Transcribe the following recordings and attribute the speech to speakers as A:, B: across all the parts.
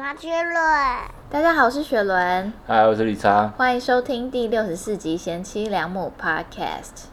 A: 马雪伦，
B: 大家好，我是雪伦，
C: 嗨，我是理查，
B: 欢迎收听第64集贤妻良母 Podcast。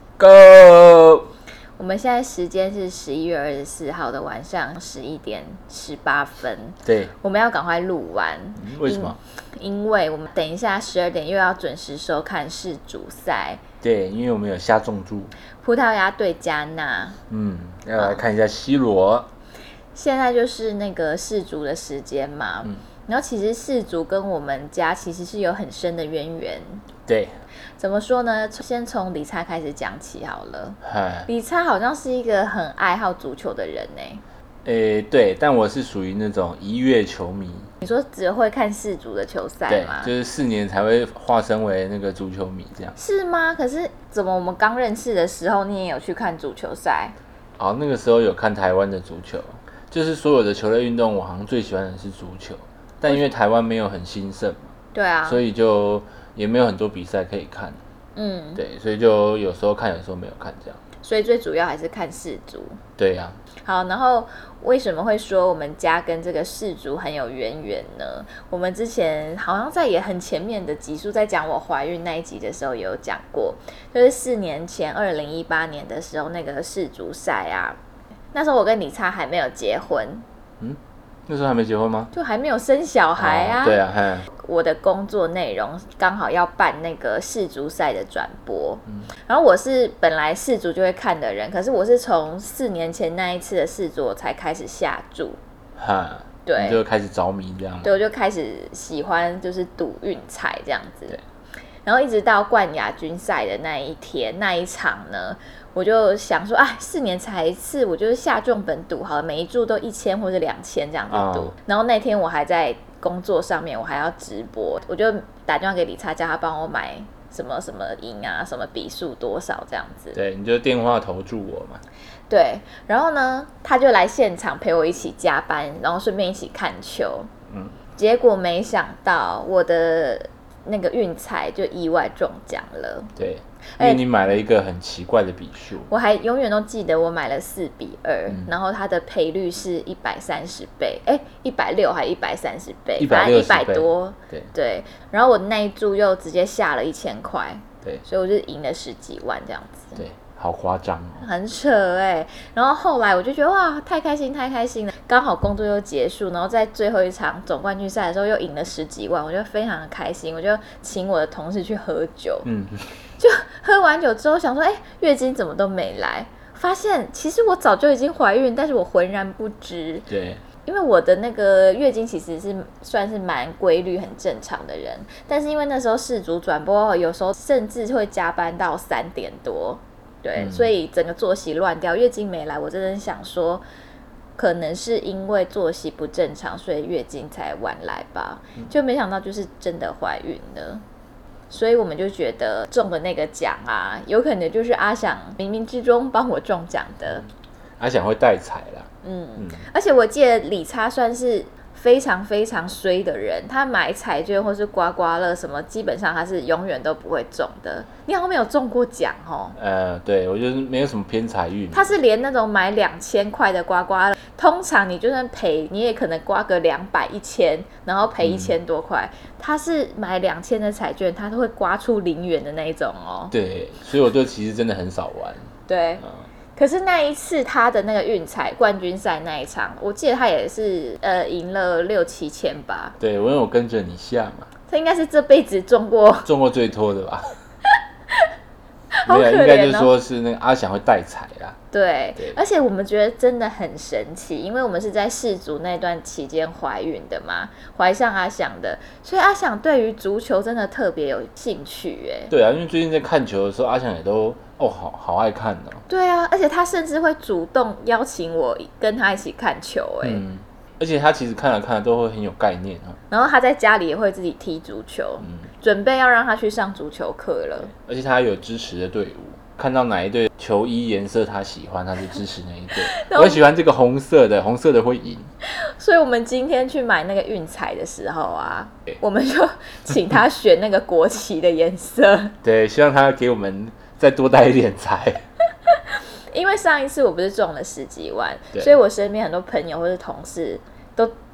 C: Go！
B: 我们现在时间是11月24号的晚上11点18分。
C: 对，
B: 我们要赶快录完。
C: 为什么？
B: 因为我们等一下12点又要准时收看世足赛。
C: 对，因为我们有下重注。
B: 葡萄牙对加纳。
C: 要来看一下 C 罗。
B: 现在就是那个世足的时间嘛。然后其实世足跟我们家其实是有很深的渊源。
C: 对，
B: 怎么说呢？先从理查开始讲起好了。
C: 嗨，
B: 理查好像是一个很爱好足球的人呢。
C: 对，但我是属于那种一月球迷。
B: 你说只会看世足的球赛吗？
C: 对，就是4年才会化身为那个足球迷这样。
B: 是吗？可是怎么我们刚认识的时候，你也有去看足球赛？
C: 好，那个时候有看台湾的足球，就是所有的球类运动，我好像最喜欢的是足球。但因为台湾没有很兴盛嘛，
B: 对啊，
C: 所以就也没有很多比赛可以看。对，所以就有时候看，有时候没有看这样。
B: 所以最主要还是看世足。
C: 对呀。
B: 好，然后为什么会说我们家跟这个世足很有渊源呢？我们之前好像在也很前面的集数，在讲我怀孕那一集的时候也有讲过，就是4年前2018年的时候那个世足赛啊，那时候我跟理查还没有结婚。
C: 那时候还没结婚吗？
B: 就还没有生小孩啊。
C: 对啊，
B: 我的工作内容刚好要办那个世足赛的转播，然后我是本来世足就会看的人，可是我是从4年前那一次的世足我才开始下注。对，
C: 你就开始着迷这样。
B: 对，我就开始喜欢就是赌运彩这样子。对，然后一直到冠亚军赛的那一天那一场呢，我就想说4年才一次，我就是下重本赌好了，每一注都1000或者2000这样子赌。然后那天我还在工作上面，我还要直播，我就打电话给理查，叫他帮我买什么什么赢啊，什么比数多少这样子。
C: 对，你就电话投注我嘛。
B: 对，然后呢，他就来现场陪我一起加班，然后顺便一起看球。结果没想到我的那个运彩就意外中奖了。对，
C: 因为你买了一个很奇怪的比数。
B: 我还永远都记得我买了4-2，然后它的赔率是130倍，160还130倍，反正100多。对，然后我那一注又直接下了1000块，对，所以我就赢了10几万这样子。
C: 对，好夸张哦，
B: 很扯然后后来我就觉得哇，太开心了，刚好工作又结束，然后在最后一场总冠军赛的时候又赢了10几万，我就非常的开心，我就请我的同事去喝酒。就喝完酒之后想说月经怎么都没来，发现其实我早就已经怀孕，但是我浑然不知。
C: 对，因
B: 为我的那个月经其实是算是蛮规律很正常的人，但是因为那时候世足转播有时候甚至会加班到3点多，对，所以整个作息乱掉，月经没来，我真的想说可能是因为作息不正常，所以月经才晚来吧，就没想到就是真的怀孕了。所以我们就觉得中的那个奖啊，有可能就是阿翔冥冥之中帮我中奖的。
C: 阿翔会带彩啦。
B: 而且我记得理查算是非常非常衰的人，他买彩券或是刮刮乐什么，基本上他是永远都不会中的。你好像没有中过奖哦。
C: 对，我就是没有什么偏财运。
B: 他是连那种买2000块的刮刮乐，通常你就算赔，你也可能刮个200、1000，然后赔1000多块。他是买2000的彩券，他都会刮出0元的那一种哦。
C: 对，所以我就其实真的很少玩。
B: 对。可是那一次他的那个运彩冠军赛那一场，我记得他也是赢了6、7千吧。对，
C: 因为我跟着你下嘛。
B: 他应该是这辈子中过
C: 最多的吧。
B: 好可怜哦。
C: 应该就说是那个阿翔会带彩啦。
B: 对，而且我们觉得真的很神奇，因为我们是在世足那段期间怀孕的嘛，怀上阿翔的，所以阿翔对于足球真的特别有兴趣
C: 对啊，因为最近在看球的时候，阿翔也都好爱看哦。
B: 对啊，而且他甚至会主动邀请我跟他一起看球
C: 而且他其实看了都会很有概念
B: 然后他在家里也会自己踢足球，准备要让他去上足球课了。
C: 而且他有支持的队伍，看到哪一队球衣颜色他喜欢，他就支持那一队。我喜欢这个红色的会赢。
B: 所以我们今天去买那个运彩的时候啊，我们就请他选那个国旗的颜色。
C: 对，希望他给我们再多带一点财。
B: 因为上一次我不是中了10几万，所以我身边很多朋友或是同事都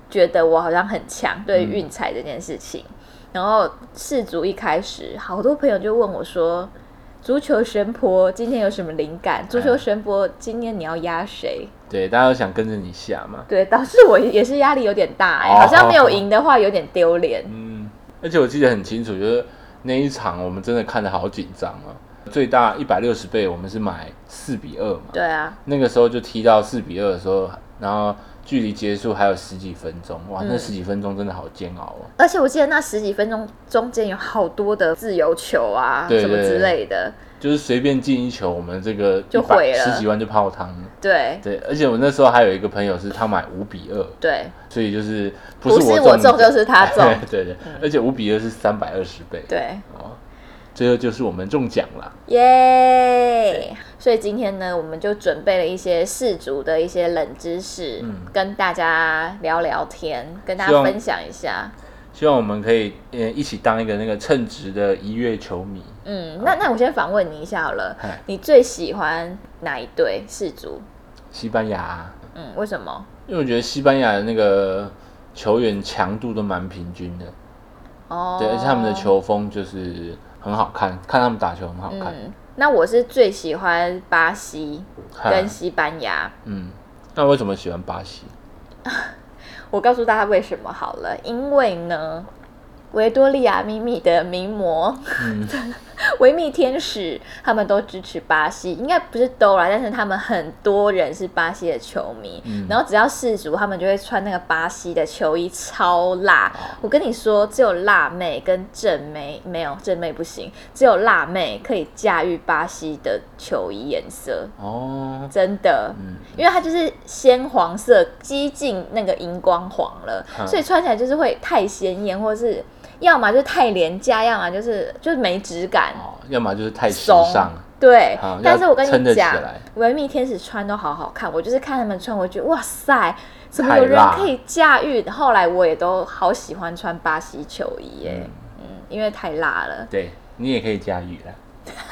B: 觉得我好像很强对于运彩这件事情。然后世足一开始，好多朋友就问我说，足球神婆今天有什么灵感？足球神婆今天你要压谁？
C: 对，大家都想跟着你下嘛。
B: 对，导致我也是压力有点大好像没有赢的话有点丢脸。
C: 而且我记得很清楚，就是那一场我们真的看得好紧张啊。最大160倍，我们是买4-2嘛。
B: 对啊，
C: 那个时候就踢到4-2的时候，然后距离结束还有10几分钟，哇，那10几分钟真的好煎熬哦。
B: 而且我记得那10几分钟中间有好多的自由球啊，
C: 对
B: 什么之类的，
C: 就是随便进一球，我们这个
B: 就毁了
C: 10几万就泡汤了。
B: 对，
C: 而且我那时候还有一个朋友是他买5-2，
B: 对，
C: 所以就是
B: 不是我中就是他中，
C: 对，而且5-2是320倍，
B: 对，
C: 最后就是我们中奖了，
B: 耶！所以今天呢，我们就准备了一些世足的一些冷知识，跟大家聊聊天，跟大家分享一下。
C: 希望我们可以一起当一个那个称职的一月球迷。
B: 那我先访问你一下好了，你最喜欢哪一队世足？
C: 西班牙。
B: 为什么？
C: 因为我觉得西班牙的那个球员强度都蛮平均的。对，而且他们的球风就是很好看，看他们打球很好看。
B: 那我是最喜欢巴西跟西班牙。
C: 那为什么喜欢巴西？
B: 我告诉大家为什么好了，因为呢，维多利亚秘密的名模，维密天使，他们都支持巴西，应该不是都啦，但是他们很多人是巴西的球迷，然后只要世足，他们就会穿那个巴西的球衣，超辣。我跟你说，只有辣妹跟正妹，没有正妹不行，只有辣妹可以驾驭巴西的球衣颜色。真的，因为它就是鲜黄色，激进那个荧光黄了，所以穿起来就是会太鲜艳，或是要么就是太廉价，要么就是没质感，
C: 要么就是太时尚。
B: 对，但是我跟你讲，维密天使穿都好好看，我就是看他们穿，我觉得哇塞，怎么有人可以驾驭？后来我也都好喜欢穿巴西球衣耶，因为太辣了。
C: 对，你也可以驾驭了。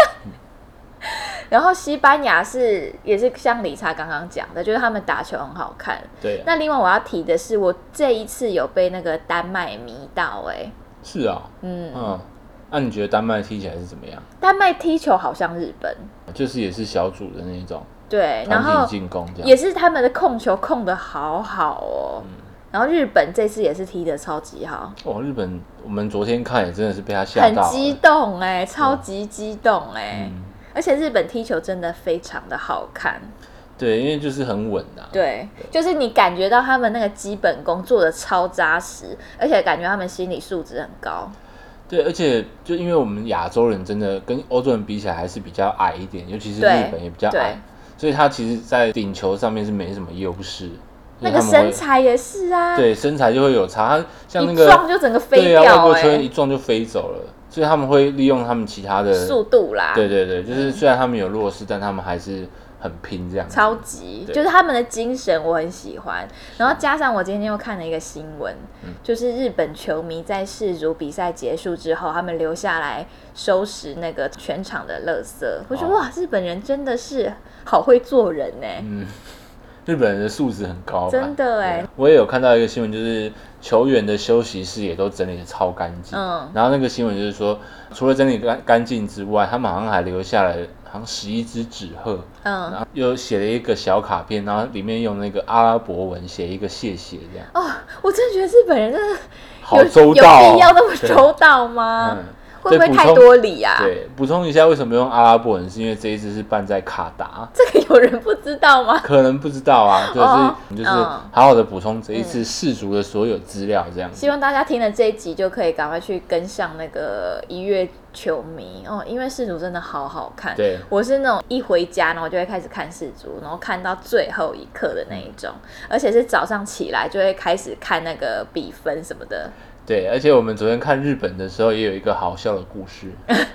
B: 然后西班牙也是像理查刚刚讲的，就是他们打球很好看。
C: 对。
B: 那另外我要提的是，我这一次有被那个丹麦迷到
C: 是啊。那你觉得丹麦踢起来是怎么样？
B: 丹麦踢球好像日本，
C: 就是也是小组的那种。
B: 对，然后
C: 进攻这样，
B: 也是他们的控球控得好好哦。然后日本这次也是踢得超级好。
C: 日本我们昨天看也真的是被他吓到了，
B: 很激动超级激动而且日本踢球真的非常的好看。
C: 对，因为就是很稳啊。
B: 对，就是你感觉到他们那个基本功做得超扎实，而且感觉他们心理素质很高。
C: 对，而且就因为我们亚洲人真的跟欧洲人比起来还是比较矮一点，尤其是日本也比较矮，所以他其实在顶球上面是没什么优势。
B: 那个身材也是啊，
C: 对，身材就会有差。他像那个
B: 一撞就整个飞掉，
C: 对啊，外国球员一撞就飞走了，所以他们会利用他们其他的
B: 速度啦。
C: 对，就是虽然他们有弱势，但他们还是很拼这样子。
B: 超级，就是他们的精神我很喜欢。然后加上我今天又看了一个新闻，就是日本球迷在世足比赛结束之后，他们留下来收拾那个全场的垃圾。我觉得哇，日本人真的是好会做人
C: 日本人的素质很高，
B: 真的
C: 我也有看到一个新闻，就是球员的休息室也都整理得超干净。然后那个新闻就是说，除了整理干净之外，他们好像还留下了好像11只纸鹤，然后又写了一个小卡片，然后里面用那个阿拉伯文写一个谢谢这样。
B: 我真的觉得日本人真的
C: 好周到，
B: 有必要那么周到吗？会不会太多礼啊？
C: 对，补充一下，为什么用阿拉伯文？是因为这一次是办在卡达。
B: 这个有人不知道吗？
C: 可能不知道啊，就是好好的补充这一次世足的所有资料，这样子。
B: 希望大家听了这一集就可以赶快去跟上那个一月球迷因为世足真的好好看。
C: 对，
B: 我是那种一回家然后就会开始看世足，然后看到最后一刻的那一种，而且是早上起来就会开始看那个比分什么的。
C: 对，而且我们昨天看日本的时候也有一个好笑的故事，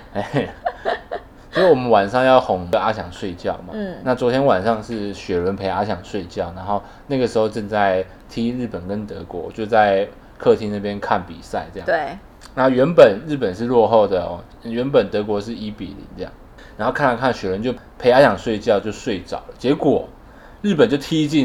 C: 就是我们晚上要哄阿翔睡觉嘛，那昨天晚上是雪伦陪阿翔睡觉，然后那个时候正在踢日本跟德国，就在客厅那边看比赛这样。
B: 对，
C: 那原本日本是落后的原本德国是1-0这样，然后看雪伦就陪阿翔睡觉就睡着了，结果日本就踢进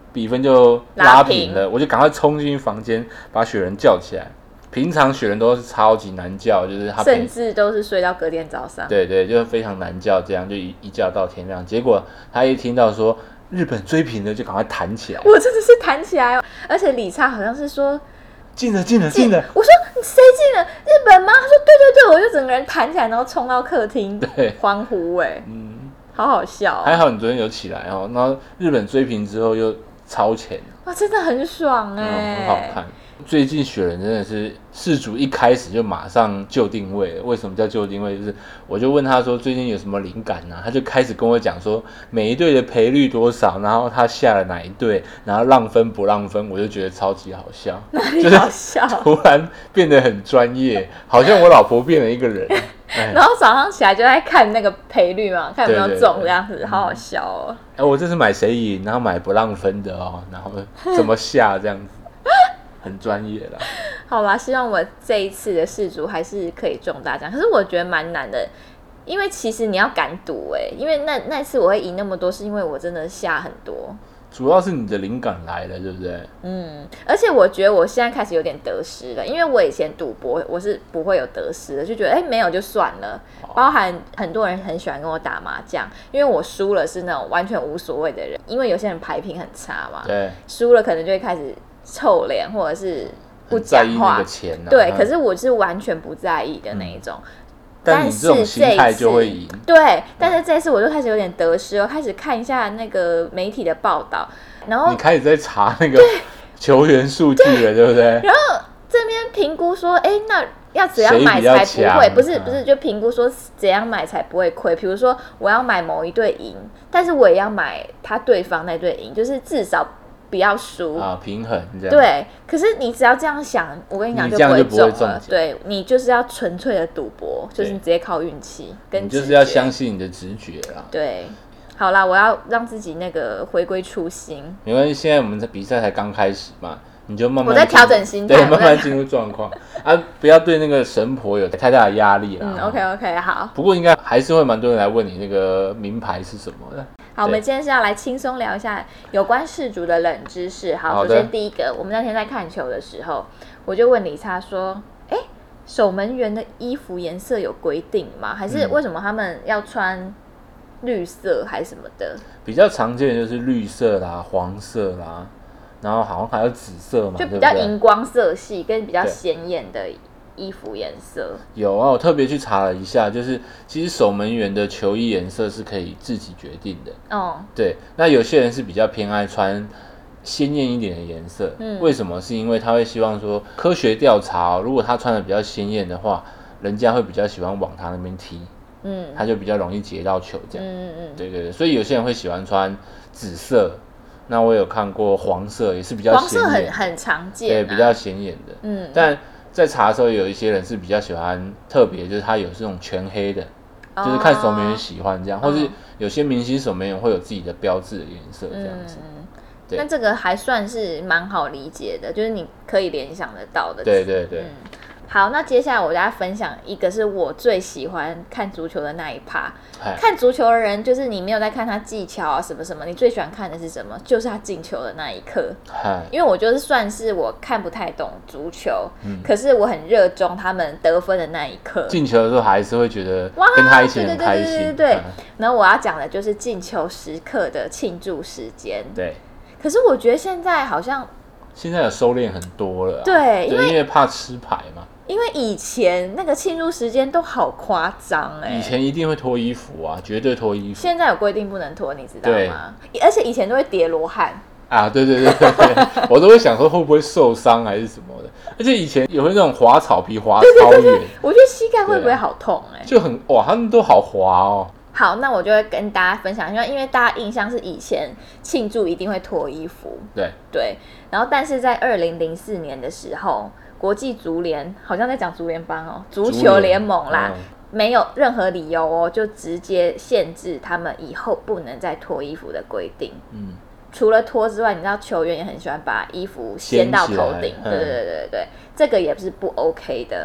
C: 比分就拉平了，我就赶快冲进房间把雪人叫起来。平常雪人都是超级难叫，就是他
B: 甚至都是睡到隔天早上。
C: 对对，就非常难叫，这样就一觉到天亮。结果他一听到说日本追平了，就赶快弹起来。
B: 我真的是弹起来哦，而且理查好像是说
C: 进了。
B: 我说谁进了？日本吗？他说对，我就整个人弹起来，然后冲到客厅欢呼好好笑哦。
C: 还好你昨天有起来哦，然后日本追平之后又超前，
B: 哇，真的很爽
C: 很好看。最近雪人真的是事主一开始就马上就定位了。为什么叫就定位？就是我就问他说最近有什么灵感啊，他就开始跟我讲说每一队的赔率多少，然后他下了哪一队，然后让分不让分，我就觉得超级好笑。
B: 哪里好笑？
C: 突然变得很专业，好像我老婆变了一个人。
B: 然后早上起来就在看那个赔率嘛，看有没有中这样子，好好笑哦。
C: 我这是买谁赢，然后买不让分的哦，然后怎么下这样子。很专业啦。
B: 好啦，希望我这一次的世足还是可以中大奖，可是我觉得蛮难的，因为其实你要敢赌因为那次我会赢那么多，是因为我真的下很多。
C: 主要是你的灵感来了，对不对？
B: 而且我觉得我现在开始有点得失了，因为我以前赌博我是不会有得失的，就觉得没有就算了。包含很多人很喜欢跟我打麻将，因为我输了是那种完全无所谓的人，因为有些人牌品很差嘛，
C: 对，
B: 输了可能就会开始臭脸或者是不讲话，
C: 在意那个钱
B: 对，可是我是完全不在意的那一种。
C: 但你这种心态就会赢。
B: 对，但是这一次我就开始有点得失，我开始看一下那个媒体的报道，然后
C: 你开始在查那个球员数据了，对不对？
B: 然后这边评估说，那要怎样买才不会？不是，就评估说怎样买才不会亏。比如说我要买某一队赢，但是我也要买他对方那队赢，就是至少不要输
C: 啊，平衡这样。
B: 对，可是你只要这样想，我跟你讲就不会中了。对，你就是要纯粹的赌博，就是你直接靠运气跟
C: 你就是要相信你的直觉啦。
B: 对，好啦，我要让自己那个回归初心。
C: 没关系，现在我们的比赛才刚开始嘛，你就慢慢
B: 我在调整心态，
C: 对，慢慢进入状况啊，不要对那个神婆有太大的压力啦。
B: OK， 好。
C: 不过应该还是会蛮多人来问你那个名牌是什么的。
B: 好，我们今天是要来轻松聊一下有关世足的冷知识。好，首先第一个，我们那天在看球的时候，我就问李查说：“守门员的衣服颜色有规定吗？还是为什么他们要穿绿色还是什么的？”
C: 比较常见的就是绿色啦、黄色啦，然后好像还有紫色嘛，
B: 就比较荧光色系跟比较鲜艳的衣服颜色。
C: 有啊，我特别去查了一下，就是其实守门员的球衣颜色是可以自己决定的。对，那有些人是比较偏爱穿鲜艳一点的颜色。为什么？是因为他会希望说，科学调查如果他穿的比较鲜艳的话，人家会比较喜欢往他那边踢。他就比较容易接到球这样。对，所以有些人会喜欢穿紫色。那我有看过黄色，也是比较鲜艳，
B: 黄色很常见，
C: 对，比较显眼的。但在查的时候，有一些人是比较喜欢特别，就是他有这种全黑的，就是看守门员喜欢这样，或是有些明星守门员会有自己的标志的颜色这样子。
B: 那这个还算是蛮好理解的，就是你可以联想得到的。
C: 对。
B: 好，那接下来我大家分享一个是我最喜欢看足球的那一趴。看足球的人，就是你没有在看他技巧啊什么什么，你最喜欢看的是什么？就是他进球的那一刻。因为我就是算是我看不太懂足球，可是我很热衷他们得分的那一刻。
C: 进球的时候还是会觉得跟他一起很开心。
B: 对。然后我要讲的就是进球时刻的庆祝时间。
C: 对。
B: 可是我觉得现在好像
C: 现在有收敛很多了。
B: 对，
C: 因为怕吃牌嘛。
B: 因为以前那个庆祝时间都好夸张
C: 以前一定会脱衣服啊，绝对脱衣服。
B: 现在有规定不能脱，你知道吗？而且以前都会叠罗汉
C: 啊，对，我都会想说会不会受伤还是什么的。而且以前也会那种滑草皮滑超远，
B: 我觉得膝盖会不会好痛
C: 就很哇，他们都好滑哦。
B: 好，那我就会跟大家分享一下，因为大家印象是以前庆祝一定会脱衣服，对，然后但是在2004年的时候。国际足联好像在讲足联邦足球联盟啦，没有任何理由就直接限制他们以后不能再脱衣服的规定。除了脱之外，你知道球员也很喜欢把衣服掀到头顶，对，这个也是不 OK 的。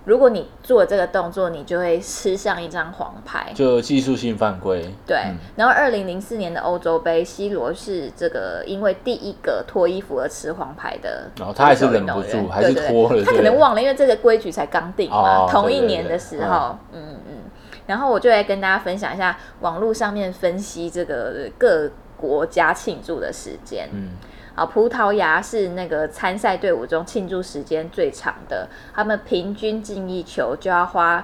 B: 如果你做这个动作，你就会吃上一张黄牌，
C: 就技术性犯规。
B: 对，然后2004年的欧洲杯，C 罗是这个因为第一个脱衣服而吃黄牌的，
C: 然后他还是忍不住，还是脱了，
B: 他可能忘了，因为这个规矩才刚定嘛，同一年的时候，然后我就来跟大家分享一下网络上面分析这个各国家庆祝的时间。葡萄牙是那个参赛队伍中庆祝时间最长的，他们平均进一球就要花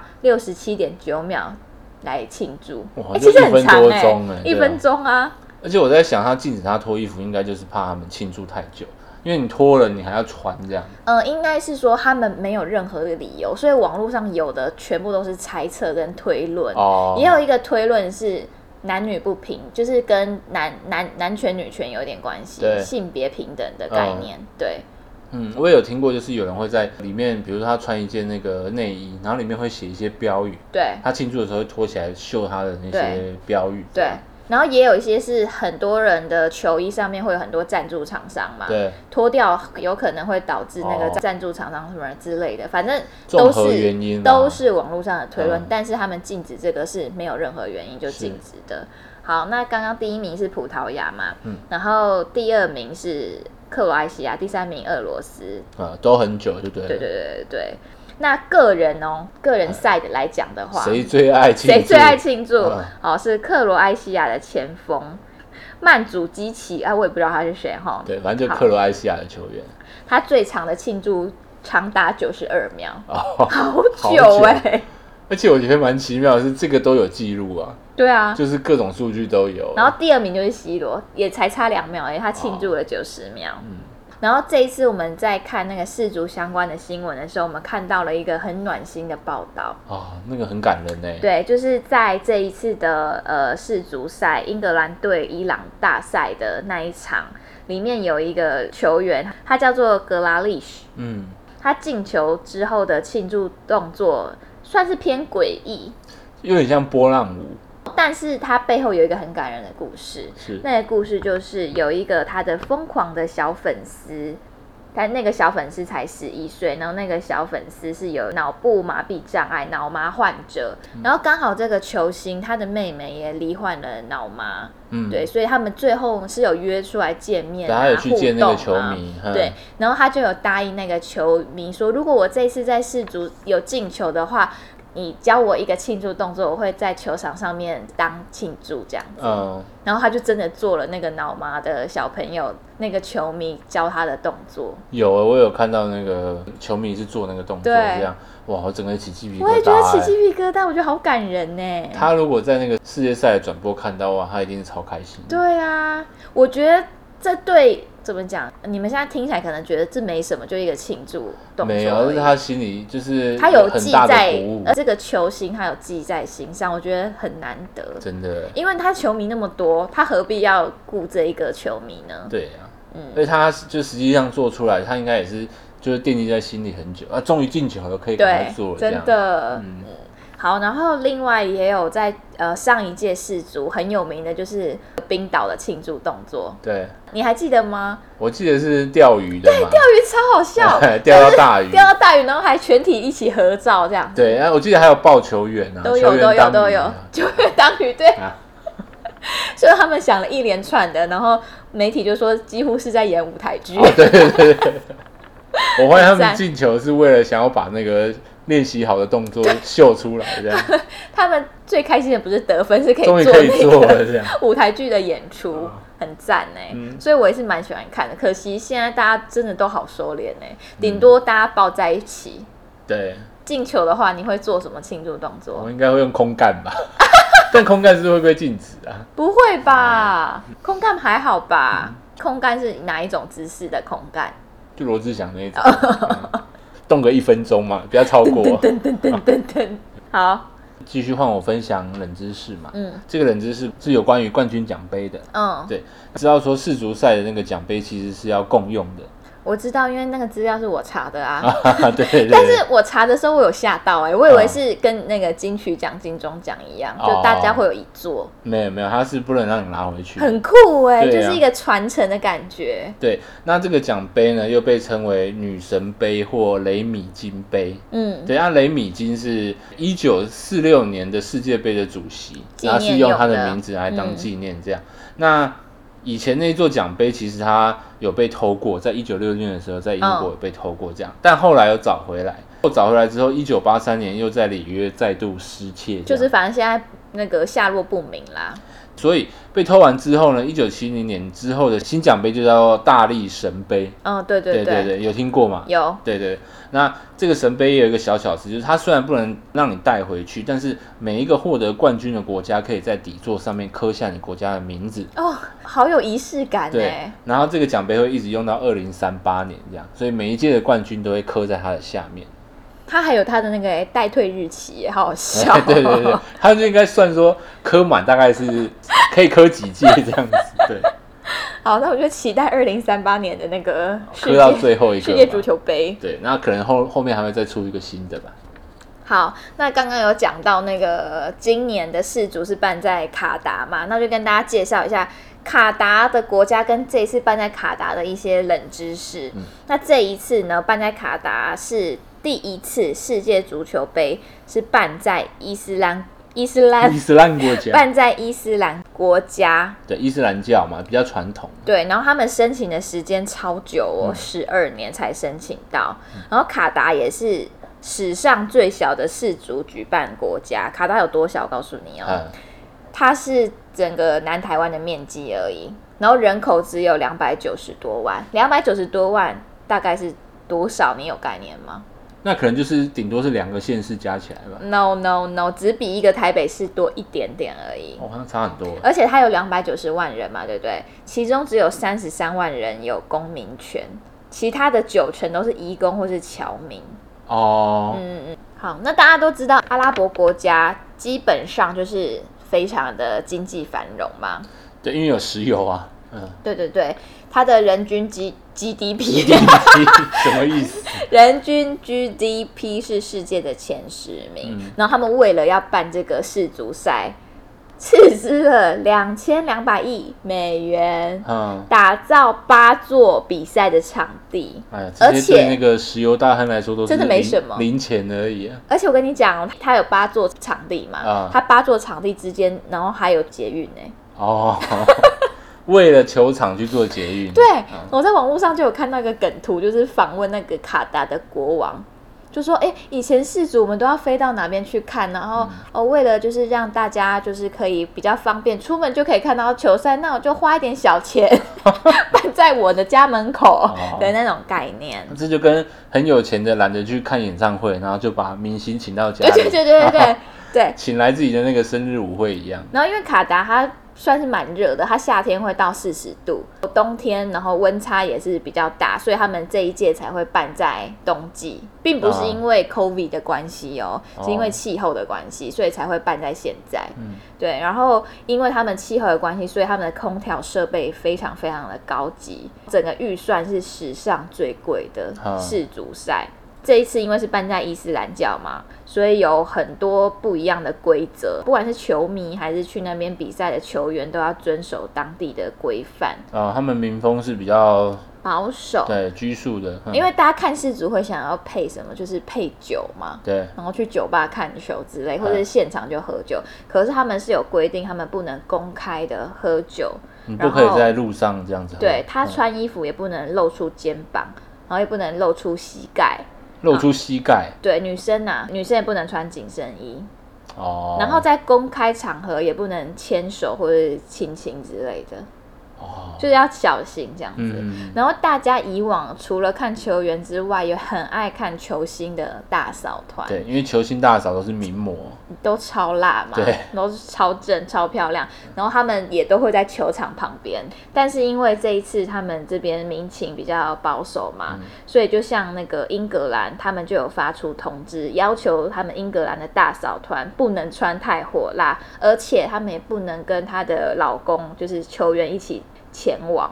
B: 67.9秒来庆祝。其实很长1分钟啊！
C: 而且我在想，他禁止他脱衣服，应该就是怕他们庆祝太久，因为你脱了，你还要穿这样。
B: 应该是说他们没有任何的理由，所以网络上有的全部都是猜测跟推论。也有一个推论是男女不平，就是跟男权女权有点关系，性别平等的概念。对，
C: 我也有听过，就是有人会在里面，比如说他穿一件那个内衣，然后里面会写一些标语。对，他庆祝的时候会脱起来秀他的那些标语。对。
B: 然后也有一些是很多人的球衣上面会有很多赞助厂商嘛，对，脱掉有可能会导致那个赞助厂商什么之类的，反正
C: 综合原因
B: 都是网络上的推论，但是他们禁止这个是没有任何原因就禁止的。好，那刚刚第一名是葡萄牙嘛，然后第二名是克罗埃西亚，第三名俄罗斯，
C: 都很久就对了。
B: 对。那个人赛的来讲的话，
C: 谁最爱
B: 庆祝？是克罗埃西亚的前锋曼祖基奇我也不知道他是谁哈。
C: 对，反正就克罗埃西亚的球员。
B: 他最长的庆祝长达92秒，好久
C: 而且我觉得蛮奇妙的是，这个都有记录啊。
B: 对啊，
C: 就是各种数据都有。
B: 然后第二名就是 C 罗，也才差2秒他庆祝了90秒。然后这一次我们在看那个世足相关的新闻的时候，我们看到了一个很暖心的报道
C: 那个很感人
B: 对，就是在这一次的世足赛，英格兰对伊朗大赛的那一场里面有一个球员，他叫做格拉利什。他进球之后的庆祝动作算是偏诡异，
C: 有点像波浪舞。
B: 但是他背后有一个很感人的故事，那个故事就是有一个他的疯狂的小粉丝，他那个小粉丝才11岁，然后那个小粉丝是有脑部麻痹障碍、脑麻患者，然后刚好这个球星他的妹妹也罹患了脑麻，对，所以他们最后是有约出来见面
C: 他有去见那个球迷，
B: 对，然后他就有答应那个球迷说，如果我这次在世足有进球的话，你教我一个庆祝动作，我会在球场上面当庆祝这样子。然后他就真的做了那个脑麻的小朋友那个球迷教他的动作。
C: 我有看到那个球迷是做那个动作，这样哇，我整个起鸡皮疙瘩。
B: 我也觉得起鸡皮疙瘩，我觉得好感人呢。
C: 他如果在那个世界赛的转播看到哇，他一定是超开心。
B: 对啊，我觉得这对。怎么讲？你们现在听起来可能觉得这没什么，就一个庆祝动作。
C: 没有，但是他心里就是
B: 他有记在这个球星，他有记在心上，我觉得很难得，
C: 真的。
B: 因为他球迷那么多，他何必要顾这一个球迷呢？
C: 对啊，所以他就实际上做出来，他应该也是就是惦记在心里很久终于进球了，可以赶快做了，
B: 真的。好，然后另外也有在上一届世足很有名的就是冰岛的庆祝动作，
C: 对，
B: 你还记得吗？
C: 我记得是钓鱼的嘛，
B: 对，钓鱼超好笑，
C: 钓到大鱼，
B: 然后还全体一起合照这样。
C: 对，我记得还有抱球员
B: 都有，球员当鱼对。所以他们想了一连串的，然后媒体就说几乎是在演舞台剧。
C: 对，我发现他们进球是为了想要把那个练习好的动作秀出来，这样。他
B: 们最开心的不是得分，是可以
C: 做了这样
B: 舞台剧的演出，很赞所以我也是蛮喜欢看的。可惜现在大家真的都好收敛顶多大家抱在一起。
C: 对，
B: 进球的话，你会做什么庆祝动作？
C: 我应该会用空干吧。但空干是会不会禁止啊？
B: 不会吧，空干还好吧？空干是哪一种姿势的空干？
C: 就罗志祥那一种，动个1分钟嘛，不要超过。
B: 噔，好，
C: 继续换我分享冷知识嘛。这个冷知识是有关于冠军奖杯的。对，知道说世足赛的那个奖杯其实是要共用的。
B: 我知道，因为那个资料是我查的啊。
C: 对对对。
B: 但是我查的时候我有吓到我以为是跟那个金曲奖、金钟奖一样，就大家会有一座。
C: 没有，它是不能让你拿回去。
B: 很酷就是一个传承的感觉。
C: 对，那这个奖杯呢，又被称为女神杯或雷米金杯。对，那雷米金是1946年的世界杯的主席，然后是用他的名字来当纪念这样。那以前那座奖杯其实它有被偷过，在1966年的时候在英国有被偷过这样，但后来有找回来。找回来之后，1983年又在里约再度失窃，
B: 就是反正现在那个下落不明啦。
C: 所以被偷完之后呢，1970年之后的新奖杯就叫做大力神杯。
B: 对对对，
C: 有听过吗？
B: 有。
C: 对对，那这个神杯也有一个小巧思，就是它虽然不能让你带回去，但是每一个获得冠军的国家可以在底座上面刻下你国家的名字。
B: 好有仪式感。
C: 对，然后这个奖杯会一直用到2038年这样，所以每一届的冠军都会刻在它的下面。
B: 他还有他的那个代退日期，好好笑。
C: 对，他就应该算说刻满大概是可以刻几届这样子。对，
B: 好，那我就期待2038年的那个
C: 刻到最后一个
B: 世界足球杯。
C: 对，那可能后面还会再出一个新的吧。
B: 好，那刚刚有讲到那个今年的世足是办在卡达嘛，那就跟大家介绍一下卡达的国家跟这一次办在卡达的一些冷知识。那这一次呢，办在卡达是第一次世界足球杯是办在伊斯兰
C: 国家，
B: 办在伊斯兰国家。
C: 对，伊斯兰教嘛，比较传统。
B: 对，然后他们申请的时间超久12年才申请到。然后卡达也是史上最小的世足举办国家。卡达有多小？告诉你它是整个南台湾的面积而已，然后人口只有290多万，290多万大概是多少？你有概念吗？
C: 那可能就是顶多是2个县市加起来吧。
B: No， 只比一个台北市多一点点而已。
C: 那差很多。
B: 而且它有290万人嘛，对不对？其中只有33万人有公民权，其他的90%都是移工或是侨民。好，那大家都知道阿拉伯国家基本上就是非常的经济繁荣嘛。
C: 对，因为有石油啊。
B: 对，它的人均 GDP
C: 什么意思？
B: 人均 GDP 是世界的前10名。然后他们为了要办这个世足赛，斥资了2200亿美元，打造8座比赛的场地。
C: 而且对那个石油大亨来说都是
B: 真的没什么
C: 零钱而已。
B: 而且我跟你讲，它有8座场地嘛，它8座场地之间，然后还有捷运
C: 为了球场去做捷运。
B: 对，我在网络上就有看到一个梗图，就是访问那个卡达的国王，就说以前世足我们都要飞到哪边去看，然后为了就是让大家就是可以比较方便出门就可以看到球赛，那我就花一点小钱办在我的家门口的那种概念。
C: 这就跟很有钱的懒得去看演唱会，然后就把明星请到家里，
B: 对，
C: 请来自己的那个生日舞会一样。
B: 然后因为卡达它算是蛮热的，它夏天会到40度，冬天然后温差也是比较大，所以他们这一届才会办在冬季，并不是因为 COVID 的关系是因为气候的关系，所以才会办在现在。对，然后因为他们气候的关系，所以他们的空调设备非常非常的高级，整个预算是史上最贵的世足赛。这一次因为是办在伊斯兰教嘛，所以有很多不一样的规则，不管是球迷还是去那边比赛的球员，都要遵守当地的规范。
C: 他们民风是比较
B: 保守，
C: 对，拘束的。
B: 因为大家看世足会想要配什么，就是配酒嘛，
C: 对，
B: 然后去酒吧看球之类，或者是现场就喝酒。可是他们是有规定，他们不能公开的喝酒，
C: 你不可以在路上这样子喝。
B: 对，他穿衣服也不能露出肩膀，然后也不能露出膝盖。
C: 露出膝盖，
B: 对，女生也不能穿紧身衣然后在公开场合也不能牵手或者亲亲之类的就是要小心这样子然后大家以往除了看球员之外，也很爱看球星的大扫团。
C: 对，因为球星大扫都是名模，
B: 都超辣嘛，
C: 对，
B: 都是超正超漂亮，然后他们也都会在球场旁边。但是因为这一次他们这边民情比较保守嘛所以就像那个英格兰，他们就有发出通知，要求他们英格兰的大扫团不能穿太火辣，而且他们也不能跟他的老公就是球员一起前往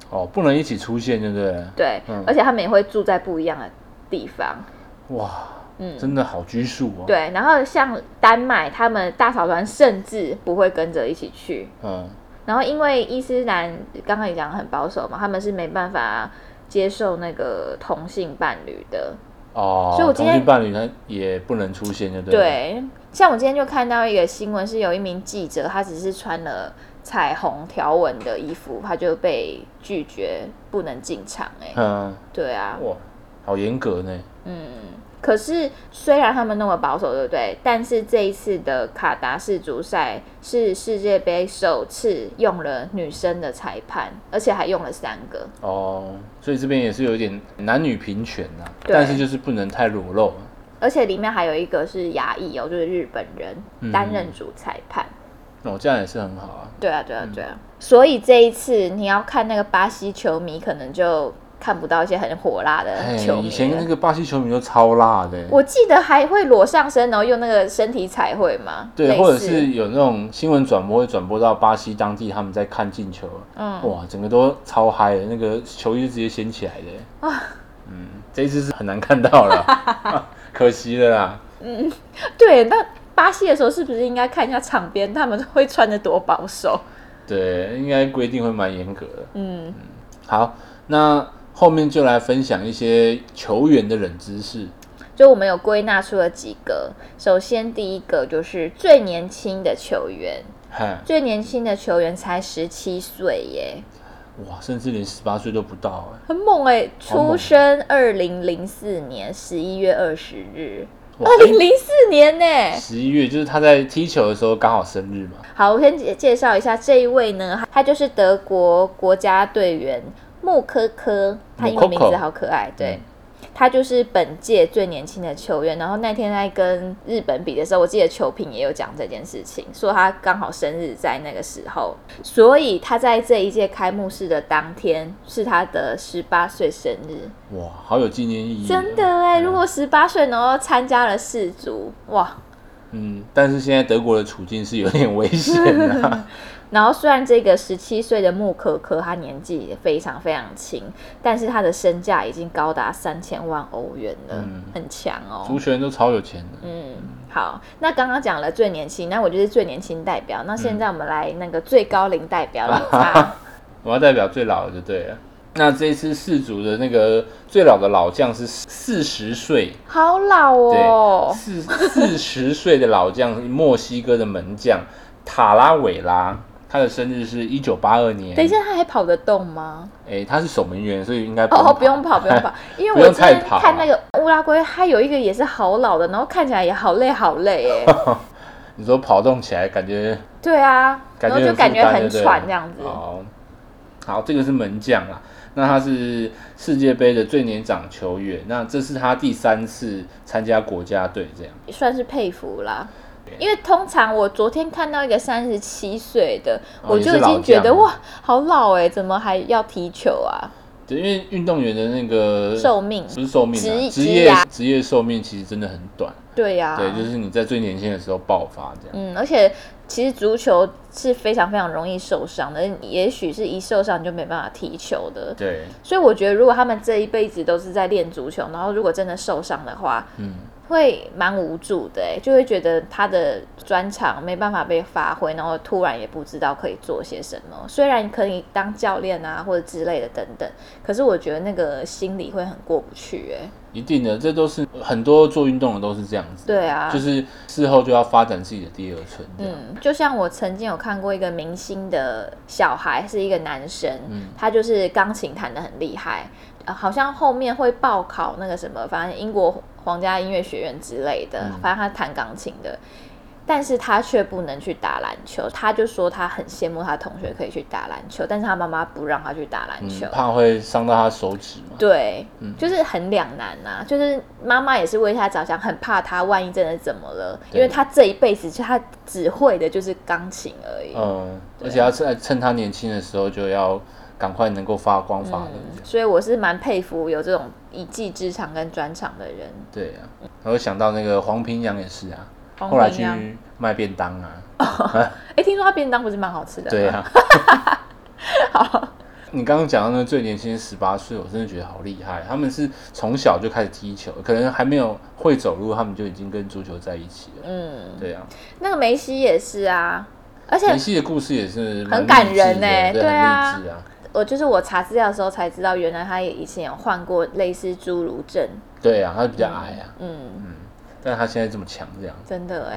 C: 哦，不能一起出现，对不对？
B: 对，而且他们也会住在不一样的地方。
C: 哇，真的好拘束哦。
B: 对，然后像丹麦，他们大草团甚至不会跟着一起去。然后因为伊斯兰刚刚也讲很保守嘛，他们是没办法接受那个同性伴侣的。
C: 所以我今天同性伴侣他也不能出现，对不对？
B: 对，像我今天就看到一个新闻，是有一名记者，他只是穿了彩虹条纹的衣服，他就被拒绝不能进场。对啊，
C: 哇，好严格呢。
B: 可是虽然他们那么保守，对不对？但是这一次的卡达世足赛是世界杯首次用了女生的裁判，而且还用了3个。
C: 所以这边也是有一点男女平权啊，但是就是不能太裸露。
B: 而且里面还有一个是亚裔就是日本人担任主裁判。
C: 这样也是很好啊。
B: 对啊。所以这一次你要看那个巴西球迷，可能就看不到一些很火辣的球迷。
C: 以前那个巴西球迷都超辣的。
B: 我记得还会裸上身，然后用那个身体彩绘嘛。
C: 对，或者是有那种新闻转播会转播到巴西当地他们在看进球，哇，整个都超嗨的，那个球衣就直接掀起来的。这一次是很难看到了，可惜了啦。
B: 对，那巴西的时候是不是应该看一下场边他们会穿得多保守？
C: 对，应该规定会蛮严格的。好，那后面就来分享一些球员的冷知识。
B: 就我们有归纳出了几个，首先第一个就是最年轻的球员，最年轻的球员才17岁耶。
C: 哇，甚至连18岁都不到
B: 很猛耶！出生2004年11月20日，2004年呢
C: ，11月就是他在踢球的时候刚好生日嘛。
B: 好，我先介绍一下这一位呢，他就是德国国家队员穆科科，他英文名字好可爱，对。他就是本届最年轻的球员，然后那天在跟日本比的时候，我记得球评也有讲这件事情，说他刚好生日在那个时候，所以他在这一届开幕式的当天是他的18岁生日。
C: 哇，好有纪念意义！
B: 真的耶，如果18岁然后参加了世足，哇！
C: 但是现在德国的处境是有点危险啊。
B: 然后虽然这个17岁的穆科科他年纪也非常非常轻，但是他的身价已经高达3000万欧元了，很强哦。
C: 足球人都超有钱的。
B: 好，那刚刚讲了最年轻，那我就是最年轻代表。那现在我们来那个最高龄代表，
C: 我要代表最老的就对了。那这一次世足的那个最老的老将是40岁，
B: 好老哦。
C: 对，40岁的老将，墨西哥的门将塔拉韦拉。他的生日是1982年。
B: 等一下，他还跑得动吗？
C: 他是守门员，所以应该
B: 不用跑，因为我之前看那个乌拉圭，他有一个也是好老的，然后看起来也好累
C: 你说跑动起来感觉？
B: 对啊，然后就感觉很喘这样子。
C: 好，这个是门将啦。那他是世界杯的最年长球员，那这是他第3次参加国家队，这样
B: 算是佩服啦。因为通常我昨天看到一个37岁的，我就已经觉得哇，好老怎么还要踢球啊？
C: 对，因为运动员的那个
B: 寿命
C: 不是寿命职业寿命其实真的很短。
B: 对呀，
C: 对，就是你在最年轻的时候爆发这样。
B: 而且其实足球是非常非常容易受伤的，也许是一受伤你就没办法踢球的。
C: 对，
B: 所以我觉得如果他们这一辈子都是在练足球，然后如果真的受伤的话，会蛮无助的就会觉得他的专长没办法被发挥，然后突然也不知道可以做些什么。虽然可以当教练啊或者之类的等等，可是我觉得那个心里会很过不去
C: 一定的，这都是很多做运动的都是这样子。
B: 对啊，
C: 就是事后就要发展自己的第二春。
B: 就像我曾经有看过一个明星的小孩，是一个男生，他就是钢琴弹得很厉害，好像后面会报考那个什么，反正英国皇家音乐学院之类的，反正他弹钢琴的。但是他却不能去打篮球，他就说他很羡慕他同学可以去打篮球，但是他妈妈不让他去打篮球，
C: 怕会伤到他手指嘛。
B: 对，就是很两难就是妈妈也是为他着想，很怕他万一真的怎么了，因为他这一辈子他只会的就是钢琴而已。
C: 而且要趁他年轻的时候就要赶快能够发光发热。
B: 所以我是蛮佩服有这种一技之长跟专长的人。
C: 对啊，我有想到那个黄平洋也是啊。后来去卖便当啊！
B: 听说他便当不是蛮好吃的？
C: 对啊。
B: 好，
C: 你刚刚讲到那个最年轻18岁，我真的觉得好厉害。他们是从小就开始踢球，可能还没有会走路，他们就已经跟足球在一起了。对啊。
B: 那个梅西也是啊，而且
C: 梅西的故事也是
B: 很感人欸，
C: 对啊，很励志啊。
B: 我查资料的时候才知道，原来他也以前有患过类似侏儒症。
C: 对啊，他比较矮啊。但他现在这么强，这样
B: 真的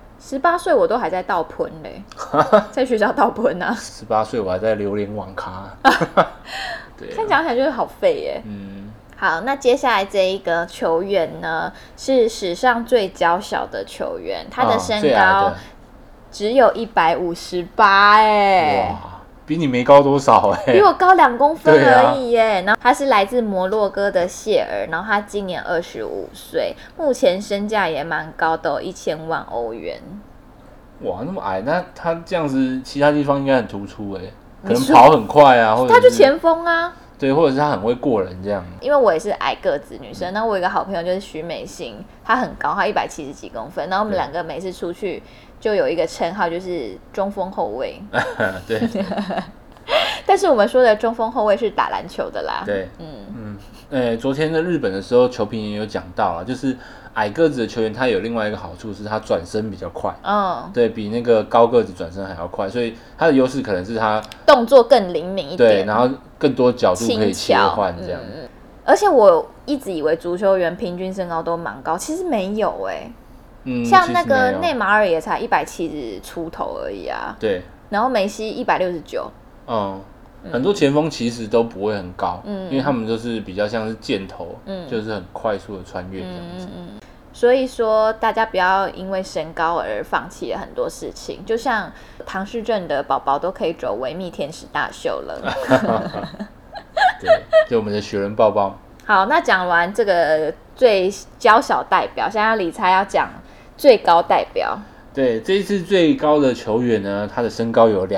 B: 18岁我都还在倒喷嘞，在学校倒喷啊。
C: 18岁我还在榴莲网咖。对，
B: 看讲起来就是好废耶。好，那接下来这一个球员呢，是史上最娇小的球员，他的身高只有158
C: 哇，比你没高多少
B: 比我高2公分而已耶。然后他是来自摩洛哥的谢尔，然后他今年25岁，目前身价也蛮高的，1000万欧元。
C: 哇，那么矮，那他这样子，其他地方应该很突出可能跑很快啊，或者
B: 他就前锋啊。
C: 对，或者是他很会过人这样。
B: 因为我也是矮个子女生，那我有一个好朋友就是徐美心，她很高，她170几公分，然后我们两个每次出去就有一个称号，就是中锋后卫。
C: 对。
B: 但是我们说的中锋后卫是打篮球的啦。
C: 对，昨天在日本的时候，球评也有讲到啊，就是矮个子的球员，他有另外一个好处是他转身比较快，对比那个高个子转身还要快，所以他的优势可能是他
B: 动作更灵敏一点，
C: 对，然后更多角度可以切换这样。
B: 而且我一直以为足球员平均身高都蛮高，其实没有像那个内马尔也才170出头而已啊。
C: 对，
B: 然后梅西169。
C: 很多前锋其实都不会很高，因为他们都是比较像是箭头，就是很快速的穿越这样子。
B: 所以说大家不要因为身高而放弃了很多事情，就像唐氏症的宝宝都可以走维密天使大秀了。
C: 对，就我们的雪人抱抱。
B: 好，那讲完这个最娇小代表，现在理财要讲最高代表。
C: 对，这一次最高的球员呢，他的身高有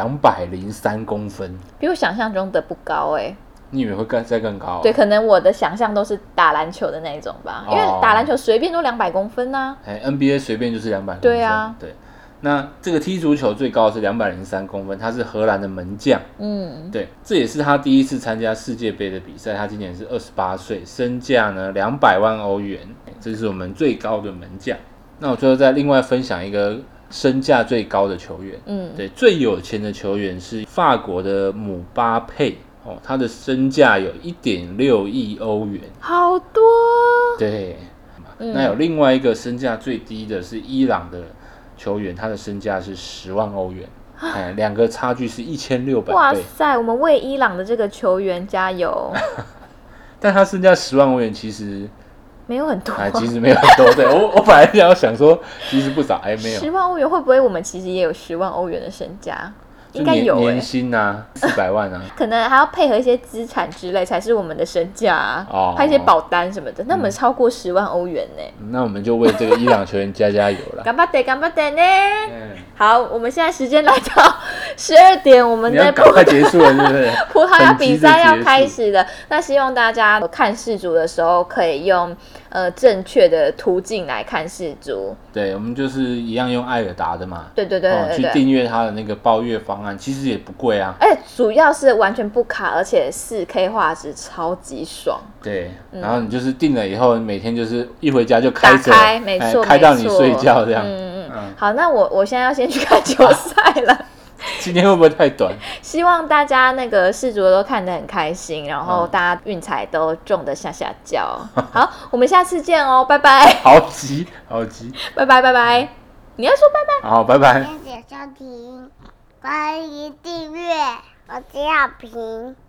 C: 203公分，
B: 比我想象中的不高
C: 你以为会再更高？
B: 对，可能我的想象都是打篮球的那一种吧，因为打篮球随便都200公分啊。
C: NBA 随便就是200公分。
B: 对啊，
C: 对。那这个踢足球最高是203公分，他是荷兰的门将。对，这也是他第一次参加世界杯的比赛。他今年是28岁，身价呢200万欧元，这是我们最高的门将。那我最后再另外分享一个身价最高的球员，对，最有钱的球员是法国的姆巴佩，他的身价有1.6亿欧元，
B: 好多。
C: 对，那有另外一个身价最低的是伊朗的球员，他的身价是10万欧元，两个差距是1600倍。
B: 哇塞，我们为伊朗的这个球员加油！
C: 但他身价10万欧元其实
B: 没有很多，
C: 其实没有很多。对，我本来想说，其实不少，没有。
B: 10万欧元会不会我们其实也有10万欧元的身价？应该有
C: 年薪啊，400万啊，
B: 可能还要配合一些资产之类才是我们的身价啊，还有一些保单什么的，那我们超过10万欧元呢。
C: 那我们就为这个伊朗球员加油了。
B: 干巴得呢。好，我们现在时间来到12点，我们在
C: 快结束了，是不是？
B: 葡萄牙比赛要开始了，那希望大家看世足的时候可以用正确的途径来看世足。
C: 对，我们就是一样用艾尔达的嘛。
B: 对，
C: 去订阅他的那个包月方案，其实也不贵啊。
B: 而且主要是完全不卡，而且4K 画质超级爽。
C: 对，然后你就是订了以后，每天就是一回家就开着，
B: 没错，
C: 开到你睡觉这样。
B: 好，那我现在要先去看球赛了。
C: 今天会不会太短？
B: 希望大家那个世足都看得很开心，然后大家运彩都中得下叫。好，我们下次见哦，拜拜。
C: 好急，
B: 拜拜。你要说拜拜。
C: 好，拜拜。
A: 谢谢收听，欢迎订阅，我是小平。